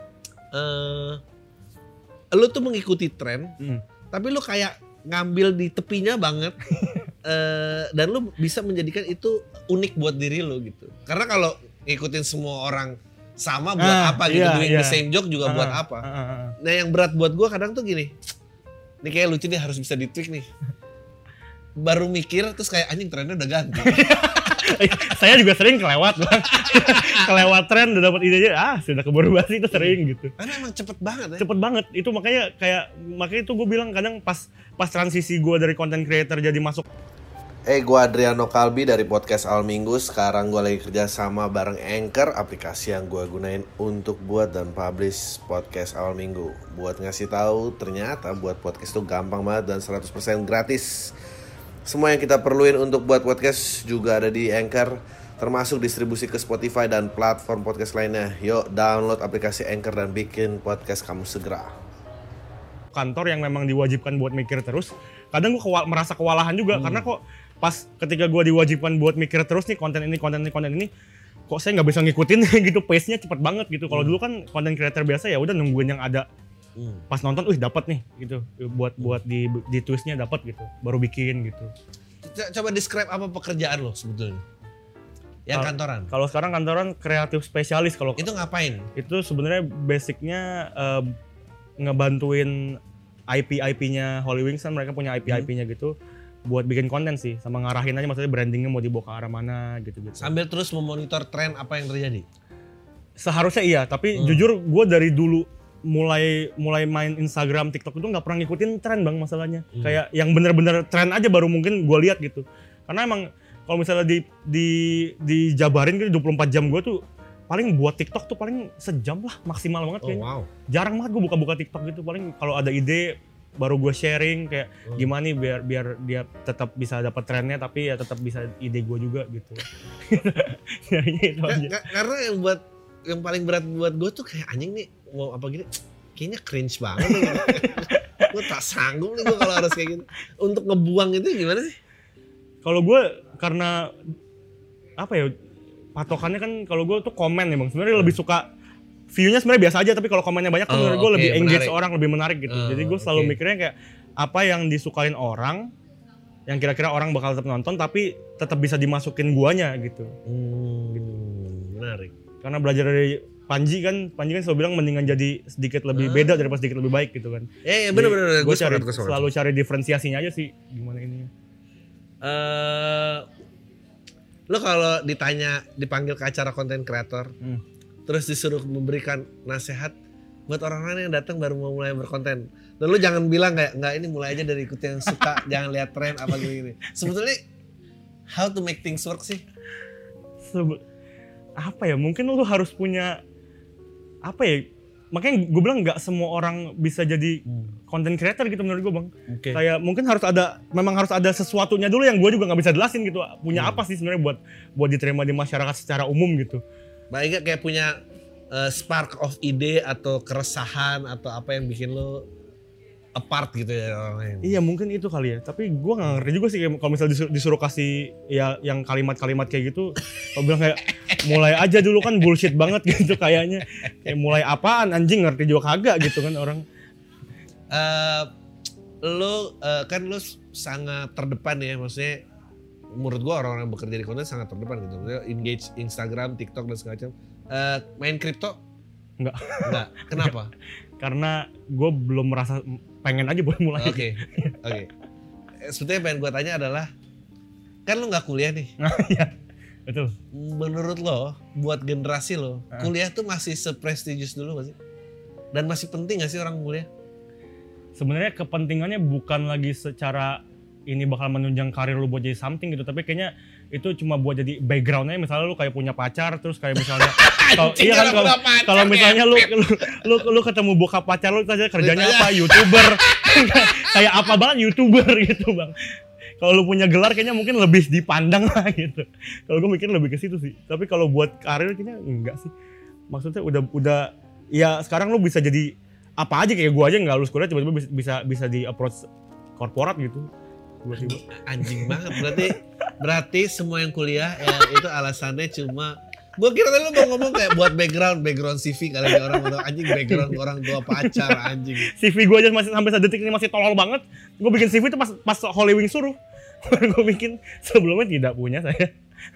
C: lo tuh mengikuti tren, tapi lo kayak ngambil di tepinya banget. Dan lu bisa menjadikan itu unik buat diri lu gitu. Karena kalau ngikutin semua orang sama buat apa gitu, doing the same joke juga buat apa. Nah yang berat buat gue kadang tuh gini, ini kayak lucu nih, harus bisa di-tweak nih. Baru mikir terus kayak anjing trennya udah ganti.
B: Saya juga sering kelewat bang. Kelewat tren udah dapat idenya, sudah keburu basi itu sering gitu.
C: Karena emang cepet banget ya.
B: Cepet banget, itu makanya itu gue bilang kadang pas transisi gue dari content creator jadi masuk.
A: Gue Adriano Kalbi dari podcast Al Minggu. Sekarang gue lagi kerja sama bareng Anchor, aplikasi yang gue gunain untuk buat dan publish podcast Al Minggu. Buat ngasih tahu ternyata buat podcast itu gampang banget dan 100% gratis. Semua yang kita perluin untuk buat podcast juga ada di Anchor, termasuk distribusi ke Spotify dan platform podcast lainnya. Yuk download aplikasi Anchor dan bikin podcast kamu segera.
B: Kantor yang memang diwajibkan buat mikir terus, kadang gue merasa kewalahan juga karena kok pas ketika gue diwajibkan buat mikir terus nih konten ini, kok saya nggak bisa ngikutin gitu, pace-nya cepet banget gitu. Kalau dulu kan konten creator biasa ya udah nungguin yang ada. Pas nonton, dapat nih gitu, buat di twistnya dapat gitu, baru bikin gitu.
C: Coba describe apa pekerjaan lo sebetulnya? Yang kantoran.
B: Kalau sekarang kantoran kreatif spesialis. Kalau
C: itu ngapain?
B: Itu sebenarnya basicnya ngebantuin IP-nya Holy Wings, kan mereka punya IP-nya gitu, buat bikin konten sih, sama ngarahin aja maksudnya brandingnya mau dibawa ke arah mana gitu.
C: Sambil terus memonitor tren apa yang terjadi.
B: Seharusnya iya, tapi jujur gue dari dulu mulai main Instagram, TikTok itu nggak pernah ngikutin tren bang masalahnya. Kayak yang bener-bener tren aja baru mungkin gue lihat gitu. Karena emang kalau misalnya dijabarin gitu 24 jam gue tuh paling buat TikTok tuh paling sejam lah maksimal banget kayaknya.
C: Wow.
B: Jarang banget gue buka-buka TikTok gitu, paling kalau ada ide baru gue sharing kayak gimana nih biar dia tetap bisa dapat trennya tapi ya tetap bisa ide gue juga gitu. Itu aja.
C: Karena yang paling berat buat gue tuh kayak anjing nih mau apa gini, kayaknya cringe banget nih. Gue tak sanggup nih gue kalau harus kayak gitu. Untuk ngebuang itu gimana sih?
B: Kalau gue karena apa ya, patokannya kan kalau gue tuh komen ya bang. Sebenarnya lebih suka view-nya sebenarnya biasa aja, tapi kalau komennya banyak kan menurut gue lebih engage orang, lebih menarik gitu. Jadi gue selalu mikirnya kayak apa yang disukain orang, yang kira-kira orang bakal tetap nonton tapi tetap bisa dimasukin guanya gitu.
C: Gitu. Menarik.
B: Karena belajar dari Panji kan selalu bilang mendingan jadi sedikit lebih beda daripada sedikit lebih baik gitu kan.
C: Iya benar-benar.
B: Gue selalu cari diferensiasinya aja sih gimana ini.
C: Lo kalau dipanggil ke acara konten kreator, terus disuruh memberikan nasihat buat orang-orang yang datang baru mau mulai berkonten, dan lo jangan bilang kayak nggak, ini mulai aja dari ikut yang suka, jangan lihat tren apa gini. Sebetulnya how to make things work sih?
B: Apa ya? Mungkin lo harus punya apa ya? Makanya gue bilang nggak semua orang bisa jadi content creator gitu menurut gue bang. Kayak mungkin memang harus ada sesuatunya dulu yang gue juga nggak bisa jelasin gitu. Punya apa sih sebenarnya buat diterima di masyarakat secara umum gitu.
C: Baik kayak punya spark of ide atau keresahan atau apa yang bikin lo apart gitu ya orang lain.
B: Iya mungkin itu kali ya. Tapi gue nggak ngerti juga sih kalau misalnya disuruh kasih ya yang kalimat-kalimat kayak gitu. Kalau bilang kayak mulai aja dulu kan bullshit banget gitu kayaknya. Kayak mulai apaan anjing, ngerti juga kagak gitu kan orang.
C: Lo kan lo sangat terdepan ya, maksudnya menurut gue orang-orang yang bekerja di konten sangat terdepan gitu. Engage Instagram, TikTok dan segala macam. Main kripto?
B: Enggak.
C: Kenapa?
B: Karena gue belum merasa pengen aja buat mulai.
C: Oke. Sebetulnya pengen gue tanya adalah, kan lo nggak kuliah nih.
B: Iya, betul.
C: Menurut lo, buat generasi lo, kuliah tuh masih seprestigious dulu gak sih? Dan masih penting gak sih orang kuliah?
B: Sebenarnya kepentingannya bukan lagi secara ini bakal menunjang karir lu buat jadi something gitu, tapi kayaknya itu cuma buat jadi backgroundnya. Misalnya lu kayak punya pacar, terus kayak misalnya kalau misalnya lu ketemu bokap pacar lu, kerjanya apa, YouTuber. Kayak apa banget YouTuber gitu bang. kalau lu punya gelar kayaknya mungkin lebih dipandang lah gitu. Kalau gue mikir lebih ke situ sih. Tapi kalau buat karir kayaknya enggak sih. Maksudnya udah ya sekarang lu bisa jadi apa aja, kayak gue aja nggak lulus kuliah tiba-tiba bisa di approach korporat gitu.
C: Anjing banget berarti semua yang kuliah ya itu alasannya cuma gue kira tadi lu mau ngomong kayak buat background CV kali ya, orang mau anjing background orang tua pacar anjing.
B: CV gue aja masih sampai detik ini masih tolol banget. Gue bikin CV itu pas Holy Wing suruh. Gue bikin sebelumnya tidak punya saya.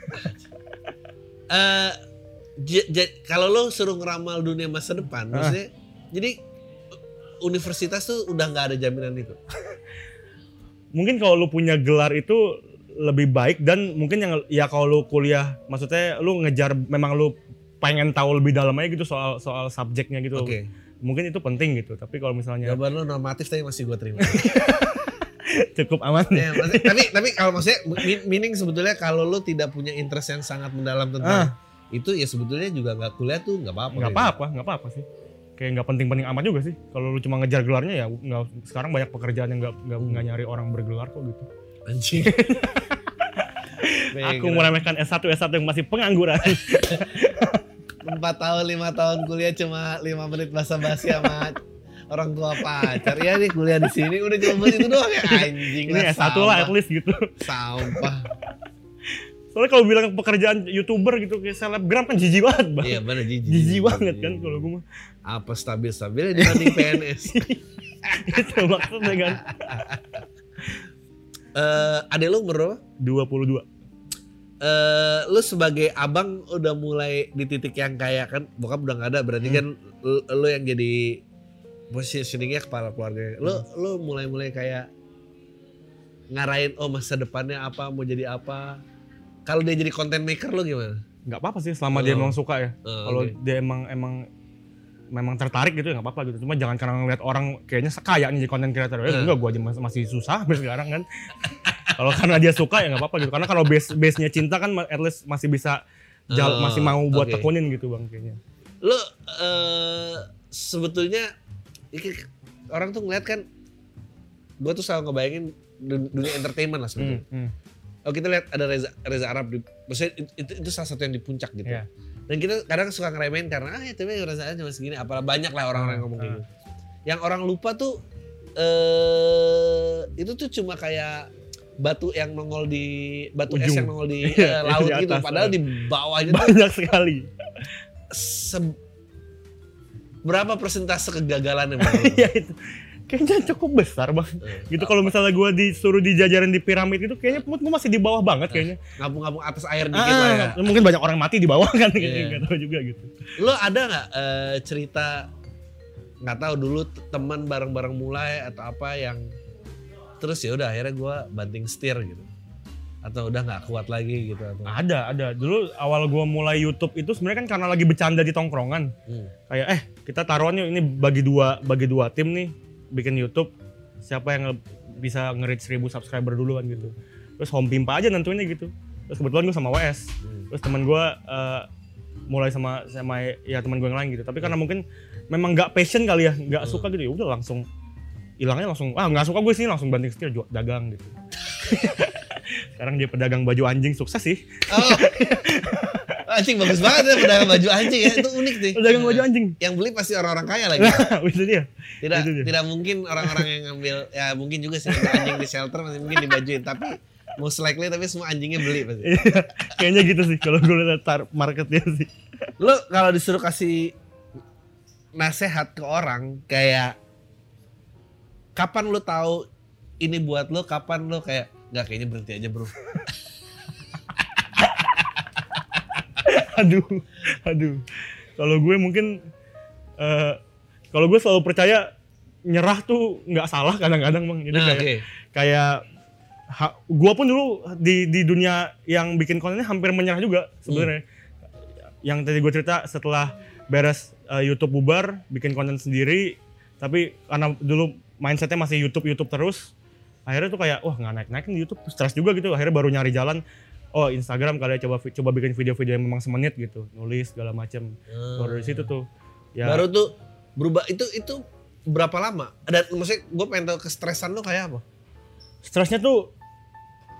C: Kalau lo suruh ngeramal dunia masa depan, maksudnya jadi universitas tuh udah nggak ada jaminan itu.
B: Mungkin kalau lu punya gelar itu lebih baik, dan mungkin yang ya kalau lu kuliah maksudnya lu ngejar memang lu pengen tahu lebih dalam aja gitu soal subjeknya gitu.
C: Okay.
B: Mungkin itu penting gitu. Tapi kalau misalnya
C: jawaban lu normatif tapi masih gue terima.
B: Cukup aman.
C: Ya, tapi kalau maksudnya meaning sebetulnya kalau lu tidak punya interest yang sangat mendalam tentang itu ya sebetulnya juga nggak kuliah tuh nggak apa-apa.
B: Nggak apa-apa sih. Kayak nggak penting-penting amat juga sih. Kalau lu cuma ngejar gelarnya ya nggak. Sekarang banyak pekerjaan yang nggak nyari orang bergelar kok gitu.
C: Anjing.
B: Aku meremehkan S1 yang masih pengangguran.
C: 4 tahun 5 tahun kuliah cuma 5 menit basa-basi sama orang tua pacar. Ya nih kuliah di sini udah cuma itu doang ya anjing.
B: Ini S1 lah at least gitu.
C: Sampah.
B: Soalnya kalau bilang pekerjaan YouTuber gitu kayak selebgram kan jijik banget, Bang.
C: Iya benar
B: jijik banget kan kalau gue mah.
C: Apa stabil-stabilnya dibanding PNS.
B: Itu maksudnya kan.
C: Adek lu umur berapa?
B: 22.
C: Lu sebagai abang udah mulai di titik yang kayak kan bokap udah gak ada, berarti kan lu yang jadi positioningnya kepala keluarga. Lu mulai kayak ngarahin masa depannya apa, mau jadi apa. Kalau dia jadi content maker lu gimana?
B: Gak apa-apa sih selama dia emang suka ya. Kalau dia memang tertarik gitu ya gak apa-apa gitu. Cuma jangan karena ngeliat orang kayaknya kaya nih jadi content creator. Enggak, gue aja masih susah sampai sekarang kan. Kalau karena dia suka ya gak apa-apa gitu. Karena kalau base-nya cinta kan at least masih bisa masih mau buat tekunin gitu Bang kayaknya.
C: Lu sebetulnya orang tuh ngeliat kan, gue tuh selalu ngebayangin dunia entertainment lah sebetulnya. Oh kita lihat ada Reza Arab, maksudnya itu salah satu yang di puncak gitu. Yeah. Dan kita kadang suka ngeremehin karena tapi Reza Arab cuma segini, apalah banyak lah orang-orang yang ngomong gitu. Yang orang lupa tuh itu tuh cuma kayak batu yang nongol di batu es yang nongol di laut di gitu, padahal di bawahnya
B: banyak sekali.
C: Berapa persentase kegagalannya?
B: Iya itu. Kayaknya cukup besar Bang. Gitu kalau misalnya gue disuruh dijajarin di piramid itu kayaknya gue masih di bawah banget kayaknya.
C: Ngapung-ngapung atas air dikit lah ya.
B: Mungkin banyak orang mati di bawah kan gitu, gak tahu juga gitu.
C: Lo ada nggak cerita nggak tahu dulu teman bareng-bareng mulai atau apa yang terus ya udah akhirnya gue banting setir gitu. Atau udah nggak kuat lagi gitu atau?
B: Ada. Dulu awal gue mulai YouTube itu sebenarnya kan karena lagi bercanda di tongkrongan. Kayak kita taruhan yuk ini bagi dua tim nih. Bikin YouTube, siapa yang bisa nge-reach 1000 subscriber dulu kan gitu. Terus home pimpa aja nentuinnya gitu. Terus kebetulan gue sama WS. Terus teman gue mulai sama ya teman gue yang lain gitu. Tapi karena mungkin memang nggak passion kali ya, nggak suka gitu ya udah langsung hilangnya langsung nggak suka gue sini langsung banting setir dagang gitu. Sekarang dia pedagang baju anjing sukses sih.
C: Anjing bagus banget ya pedagang baju anjing ya, itu unik nih.
B: Pedagang baju anjing.
C: Yang beli pasti orang-orang kaya lagi.
B: Itu dia.
C: Tidak mungkin orang-orang yang ngambil, ya mungkin juga sih anjing di shelter masih mungkin dibajuin, tapi most likely tapi semua anjingnya beli pasti.
B: Kayaknya gitu sih kalau gue lihat marketnya sih.
C: Lo kalau disuruh kasih nasihat ke orang kayak kapan lo tahu ini buat lo, kapan lo kayak nggak kayaknya berhenti aja bro.
B: Aduh. Kalau gue mungkin kalau gue selalu percaya nyerah tuh nggak salah kadang-kadang Bang. Jadi kayak gue pun dulu di dunia yang bikin kontennya hampir menyerah juga sebenarnya. Yang tadi gue cerita setelah beres YouTube bubar, bikin konten sendiri, tapi karena dulu mindsetnya masih YouTube terus, akhirnya tuh kayak wah nggak naik di YouTube, stres juga gitu. Akhirnya baru nyari jalan. Instagram kali ya coba bikin video-video yang memang semenit gitu, nulis segala macam. Baru dari situ tuh. Ya.
C: Baru tuh berubah itu berapa lama? Dan maksudnya gue pengen tahu kestresan lo kayak apa?
B: Stresnya tuh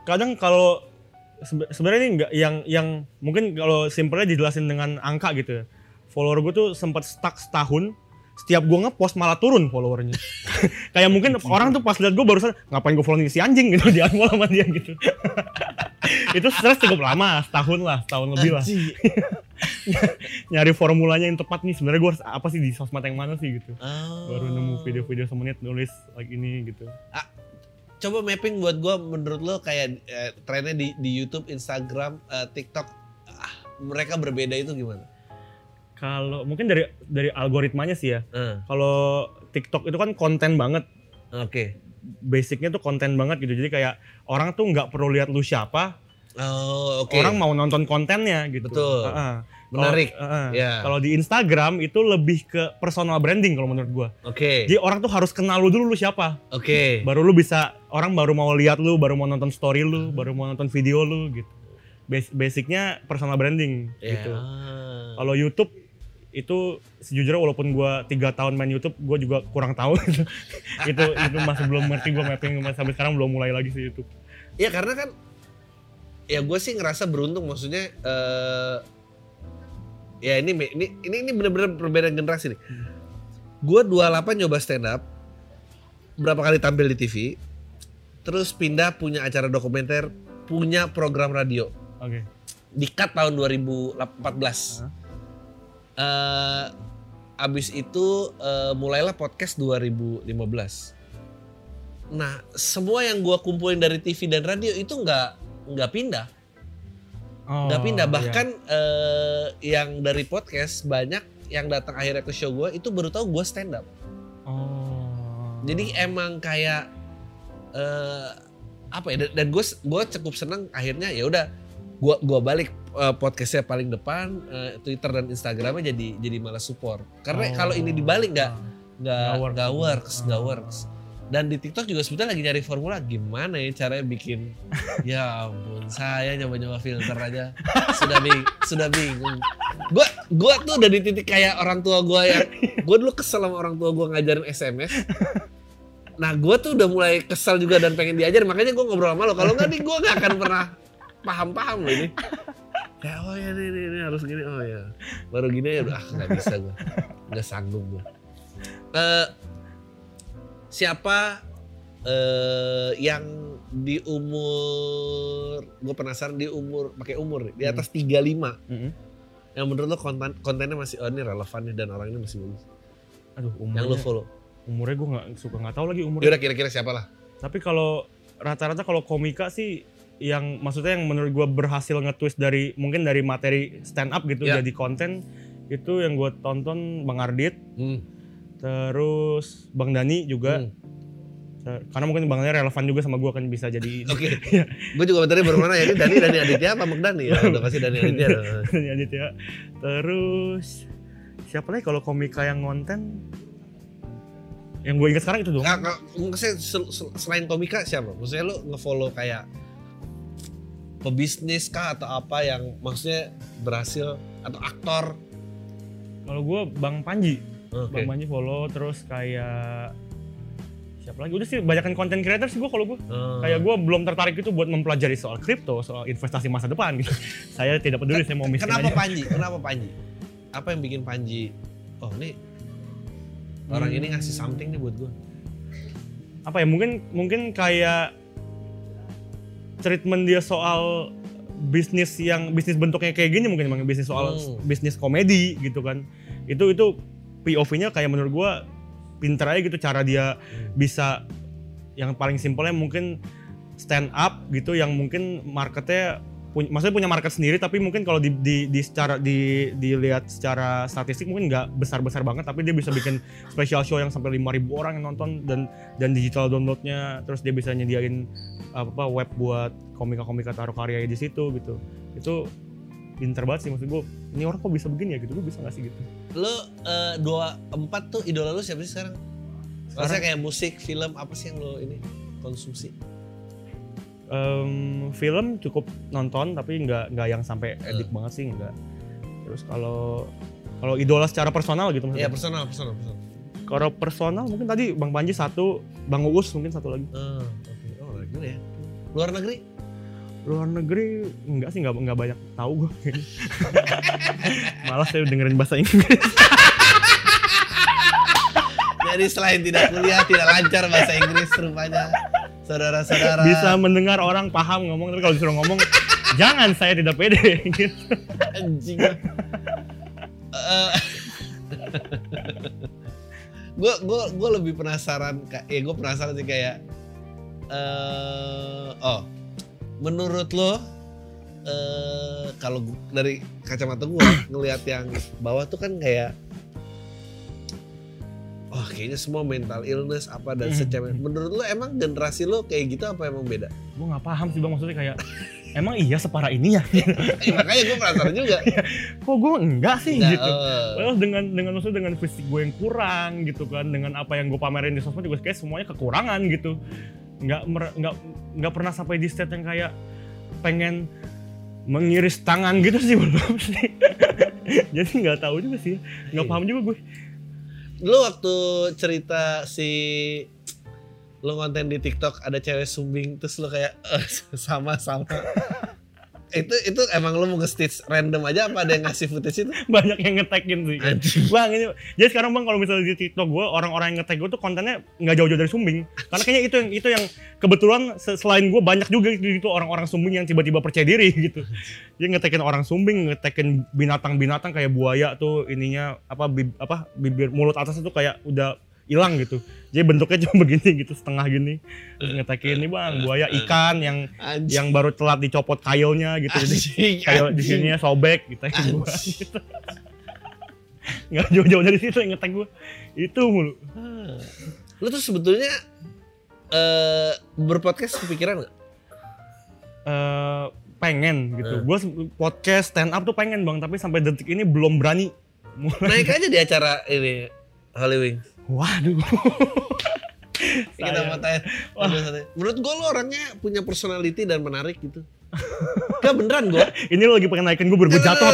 B: kadang kalau sebenarnya ini enggak yang mungkin kalau simpelnya dijelasin dengan angka gitu ya. Follower gue tuh sempat stuck setahun. Setiap gue ngepost malah turun followernya. Kayak mungkin orang tuh pas liat gue barusan ngapain gue follow si anjing gitu, di unfollow sama dia gitu. Itu stres cukup lama, setahun lebih lah. Nyari formulanya yang tepat nih, sebenarnya gue harus apa sih di sosmed yang mana sih gitu. Baru nemu video-video semenit nulis like ini gitu.
C: Coba mapping buat gue, menurut lo kayak trennya di YouTube, Instagram, TikTok, mereka berbeda itu gimana?
B: Kalau mungkin dari algoritmanya sih ya. Kalau TikTok itu kan konten banget.
C: Oke.
B: Basicnya tuh konten banget gitu. Jadi kayak orang tuh nggak perlu lihat lu siapa.
C: Oke.
B: Orang mau nonton kontennya gitu.
C: Betul. Menarik.
B: Yeah. Kalau di Instagram itu lebih ke personal branding kalau menurut gua.
C: Oke.
B: Jadi orang tuh harus kenal lu dulu lu siapa.
C: Oke.
B: Baru lu bisa, orang baru mau lihat lu, baru mau nonton story lu, baru mau nonton video lu gitu. Basicnya personal branding gitu. Kalau YouTube itu sejujurnya walaupun gue 3 tahun main YouTube, gue juga kurang tahu itu masih belum ngerti gue mapping, sampai sekarang belum mulai lagi sih YouTube.
C: Ya karena kan ya gue sih ngerasa beruntung, maksudnya ya ini benar-benar perbedaan generasi nih. Gue 28 nyoba stand up, berapa kali tampil di TV, terus pindah punya acara dokumenter, punya program radio.
B: Oke.
C: Di cut tahun 2014. Abis itu mulailah podcast 2015. Nah, semua yang gue kumpulin dari TV dan radio itu nggak pindah, nggak pindah. Bahkan yang dari podcast banyak yang datang akhirnya ke show gue itu baru tahu gue stand up. Jadi emang kayak apa ya? Dan gue cukup senang akhirnya ya udah. Gua balik podcastnya paling depan, Twitter dan Instagramnya jadi malah support. Karena kalau ini dibalik nggak works. Dan di TikTok juga sebetulnya lagi nyari formula gimana ya caranya bikin. Ya ampun, saya nyoba filter aja sudah bingung. Gua tuh udah di titik kayak orang tua gua yang gua dulu kesel sama orang tua gua ngajarin SMS. Nah, gua tuh udah mulai kesel juga dan pengen diajar, makanya gua ngobrol sama lo. Kalau nggak nih gua nggak akan pernah paham loh ini. Kayak oh ya ini harus gini, oh ya baru gini ya udah nggak bisa gue, nggak sanggup gue. Siapa yang di umur, gue penasaran, di umur pakai umur di atas 35 yang menurut lo kontennya masih ini relevan nih dan orang ini masih bagus.
B: Aduh, umurnya,
C: yang lo follow.
B: Umurnya gue nggak tahu lagi umurnya.
C: Udah kira-kira siapa lah.
B: Tapi kalau rata-rata kalau komika sih yang maksudnya yang menurut gue berhasil nge-twist dari mungkin dari materi stand up gitu jadi konten, itu yang gue tonton Bang Ardit, terus Bang Dani juga, karena mungkin Bang Dani relevan juga sama gue kan bisa jadi.
C: Oke. Gue juga tadi baru mana ya ini Dani Aditya apa Bang Dani ya, udah pasti Dani Aditya.
B: Dani Aditya. Terus siapa lagi kalau komika yang ngonten? Yang gue ingat sekarang itu dong.
C: Maksudnya selain komika siapa? Maksudnya lo nge-follow kayak pebisnis kah atau apa yang maksudnya berhasil, atau aktor?
B: Kalau gue Bang Panji.
C: Okay.
B: Bang Panji follow, terus kayak siapa lagi? Udah sih banyakan content creator sih gue kalau gue. Kayak gue belum tertarik itu buat mempelajari soal kripto, soal investasi masa depan gitu. Saya tidak peduli, saya mau miskin
C: aja.
B: Panji?
C: Kenapa Panji? Apa yang bikin Panji? Oh nih orang ini ngasih something nih buat gue.
B: Apa ya? Mungkin kayak treatment dia soal bisnis bentuknya kayak gini, mungkin emang bisnis soal bisnis komedi gitu kan. Itu POV-nya kayak menurut gua pinter aja gitu, cara dia bisa, yang paling simpelnya mungkin stand up gitu, yang mungkin marketnya maksudnya punya market sendiri, tapi mungkin kalau dilihat secara statistik mungkin nggak besar banget, tapi dia bisa bikin special show yang sampai 5.000 orang yang nonton dan digital downloadnya, terus dia bisa nyediain web buat komika-komika taruh karyanya di situ gitu. Itu pinter banget sih, maksud gue ini orang kok bisa begini ya gitu, gue bisa nggak sih gitu.
C: Lo 24 tuh idola lo siapa sih sekarang? Maksudnya kayak musik, film, apa sih yang lo ini konsumsi?
B: Film cukup nonton tapi nggak yang sampai edik banget sih, nggak. Terus kalau idola secara personal gitu maksudnya?
C: Iya, personal.
B: Kalau personal mungkin tadi Bang Panji satu, Bang Uus mungkin satu lagi.
C: Oke. Oh lagi ya. Luar negeri?
B: Luar negeri enggak sih, enggak banyak tahu gue. Malah saya dengerin bahasa Inggris.
C: Jadi selain tidak kuliah, tidak lancar bahasa Inggris rupanya. Saudara-saudara.
B: Bisa mendengar orang paham ngomong, tapi kalau disuruh ngomong, jangan, saya tidak pede. Gitu.
C: Anjing. Gue lebih penasaran, gue penasaran sih kayak, menurut lo, kalau dari kacamata gue ngelihat yang bawah tuh kan kayak, kayaknya semua mental illness apa dan secamnya. Menurut lo emang generasi lo kayak gitu apa emang beda?
B: Gue nggak paham sih bang, maksudnya kayak emang iya separah ini ya?
C: Makanya gue penasaran juga.
B: Kok gue enggak sih gitu? Well, dengan fisik gue yang kurang gitu kan, dengan apa yang gue pamerin di sosmed juga kayak semuanya kekurangan gitu. Nggak pernah sampai di state yang kayak pengen mengiris tangan gitu sih belum sih. Jadi nggak tahu juga sih, nggak paham juga gue.
C: Lu waktu cerita lu konten di TikTok ada cewek sumbing terus lu kayak sama itu emang lu mau nge-stitch random aja apa ada yang ngasih footage itu?
B: Banyak yang nge-tag-in sih. Bang ini. Jadi sekarang bang kalau misalnya di TikTok gue orang-orang yang nge-tag gue tuh kontennya nggak jauh-jauh dari sumbing. Karena kayaknya itu yang kebetulan selain gue banyak juga gitu orang-orang sumbing yang tiba-tiba percaya diri gitu. Dia nge-tag-in orang sumbing, nge-tag-in binatang-binatang kayak buaya tuh ininya bibir mulut atas itu kayak udah hilang gitu. Jadi bentuknya cuma begini gitu, setengah gini. Terus nge-tag-in ini bang, buaya ikan yang baru telat dicopot kailnya gitu. Jadi kail di sininya sobek gitu. Nggak jauh-jauh dari situ yang nge-tag gue. Itu mulu.
C: Lu tuh sebetulnya berpodcast kepikiran nggak?
B: Pengen gitu. Gue podcast stand up tuh pengen bang, tapi sampai detik ini belum berani.
C: Naik aja di acara ini Hollywood.
B: Waduh.
C: Kita mau tanya. Menurut gue lu orangnya punya personality dan menarik gitu. Gak beneran gue.
B: Ini lu lagi pengen naikin gue berjatuh.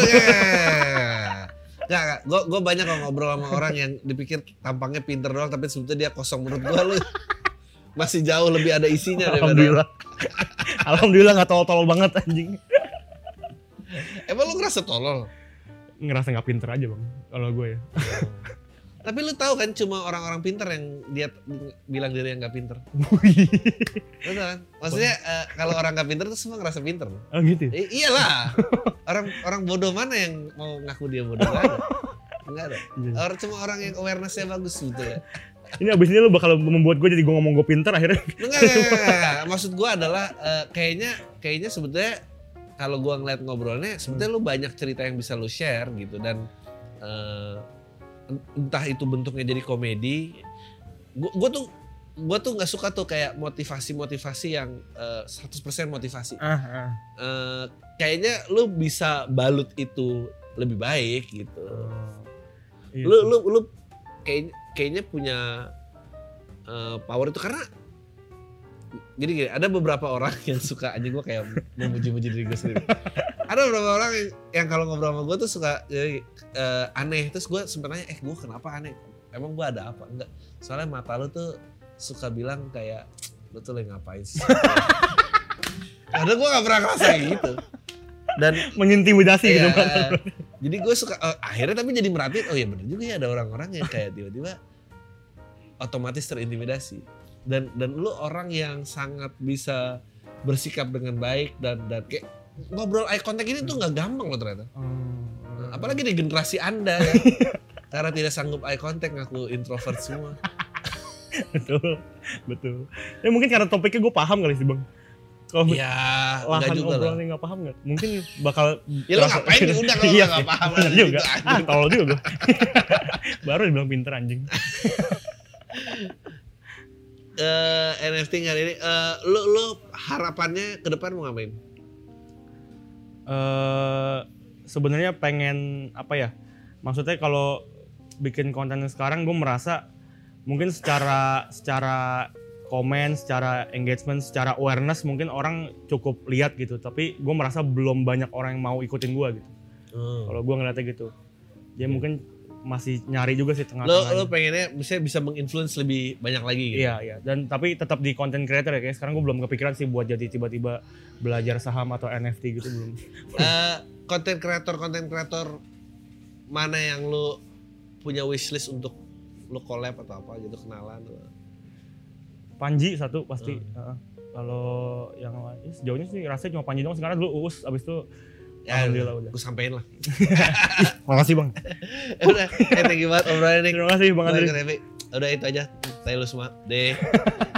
C: Gak. Gue banyak kok ngobrol sama orang yang dipikir tampangnya pinter doang tapi sebetulnya dia kosong. Menurut gue lu masih jauh lebih ada isinya daripada.
B: Alhamdulillah gak tolol-tolol banget anjing.
C: Emang lu ngerasa tolol?
B: Ngerasa gak pinter aja bang kalau gue ya.
C: Tapi lu tahu kan cuma orang-orang pinter yang dia bilang diri yang gak pinter. Betul kan? Maksudnya kalau orang gak pinter tuh semua ngerasa pinter.
B: Oh gitu?
C: Iyalah. Orang bodoh mana yang mau ngaku dia bodoh? Enggak ada. Cuma orang yang awareness-nya bagus gitu ya.
B: Ini abis ini lu bakal membuat gue jadi gue ngomong gue pinter akhirnya.
C: Enggak. Maksud gue adalah kayaknya sebetulnya kalau gue ngeliat ngobrolnya sebetulnya lu banyak cerita yang bisa lu share gitu dan entah itu bentuknya jadi komedi. Gue tuh nggak suka tuh kayak motivasi yang 100% motivasi. Kayaknya lu bisa balut itu lebih baik gitu.
B: Iya.
C: Lu kayaknya punya power itu karena gini ada beberapa orang yang suka anjing gue kayak memuji-muji diri gue sendiri. Ada beberapa orang yang kalau ngobrol sama gue tuh suka aneh. Terus gue sempet nanya, gue kenapa aneh? Emang gue ada apa? Enggak. Soalnya mata lu tuh suka bilang kayak, lu tuh lagi ngapain sih? Karena gue gak pernah ngerasa gitu. Dan
B: mengintimidasi gitu.
C: Jadi gue suka, akhirnya tapi jadi merhatiin, oh ya bener juga ya ada orang-orang yang kayak tiba-tiba otomatis terintimidasi. Dan lu orang yang sangat bisa bersikap dengan baik dan kayak ngobrol eye contact ini tuh nggak gampang loh ternyata. Apalagi di generasi Anda ya. Karena tidak sanggup eye contact ngaku introvert semua.
B: Betul. Ya mungkin karena topiknya gue paham kali sih bang. Kalau lahan obrolannya nggak paham nggak? Mungkin bakal.
C: Ya lo ngapain udah kalau nggak paham
B: juga. Tolol juga gue. Baru dibilang pinter anjing.
C: NFT hari ini, lu harapannya ke depan mau ngapain?
B: Sebenarnya pengen apa ya? Maksudnya kalau bikin konten sekarang gue merasa mungkin secara komen, secara engagement, secara awareness mungkin orang cukup lihat gitu. Tapi gue merasa belum banyak orang yang mau ikutin gue gitu. Kalau gue ngeliatnya gitu. Jadi mungkin masih nyari juga sih tengah-tengahnya.
C: Lo pengennya bisa menginfluence lebih banyak lagi gitu.
B: Iya. Dan tapi tetap di content creator ya, kayak sekarang gue belum kepikiran sih buat jadi tiba-tiba belajar saham atau NFT gitu belum.
C: Content creator mana yang lo punya wishlist untuk lo collab atau apa gitu, kenalan?
B: Panji satu pasti. Kalau yang lain sejauhnya sih rasanya cuma Panji doang sekarang, dulu Uus, abis itu
C: Ya,
B: alhamdulillah udah.
C: Gue sampein lah.
B: Makasih Bang.
C: Udah, thank you banget obrolannya.
B: Terima kasih Bang Andri.
C: Udah itu aja. Saya lu semua. Deh.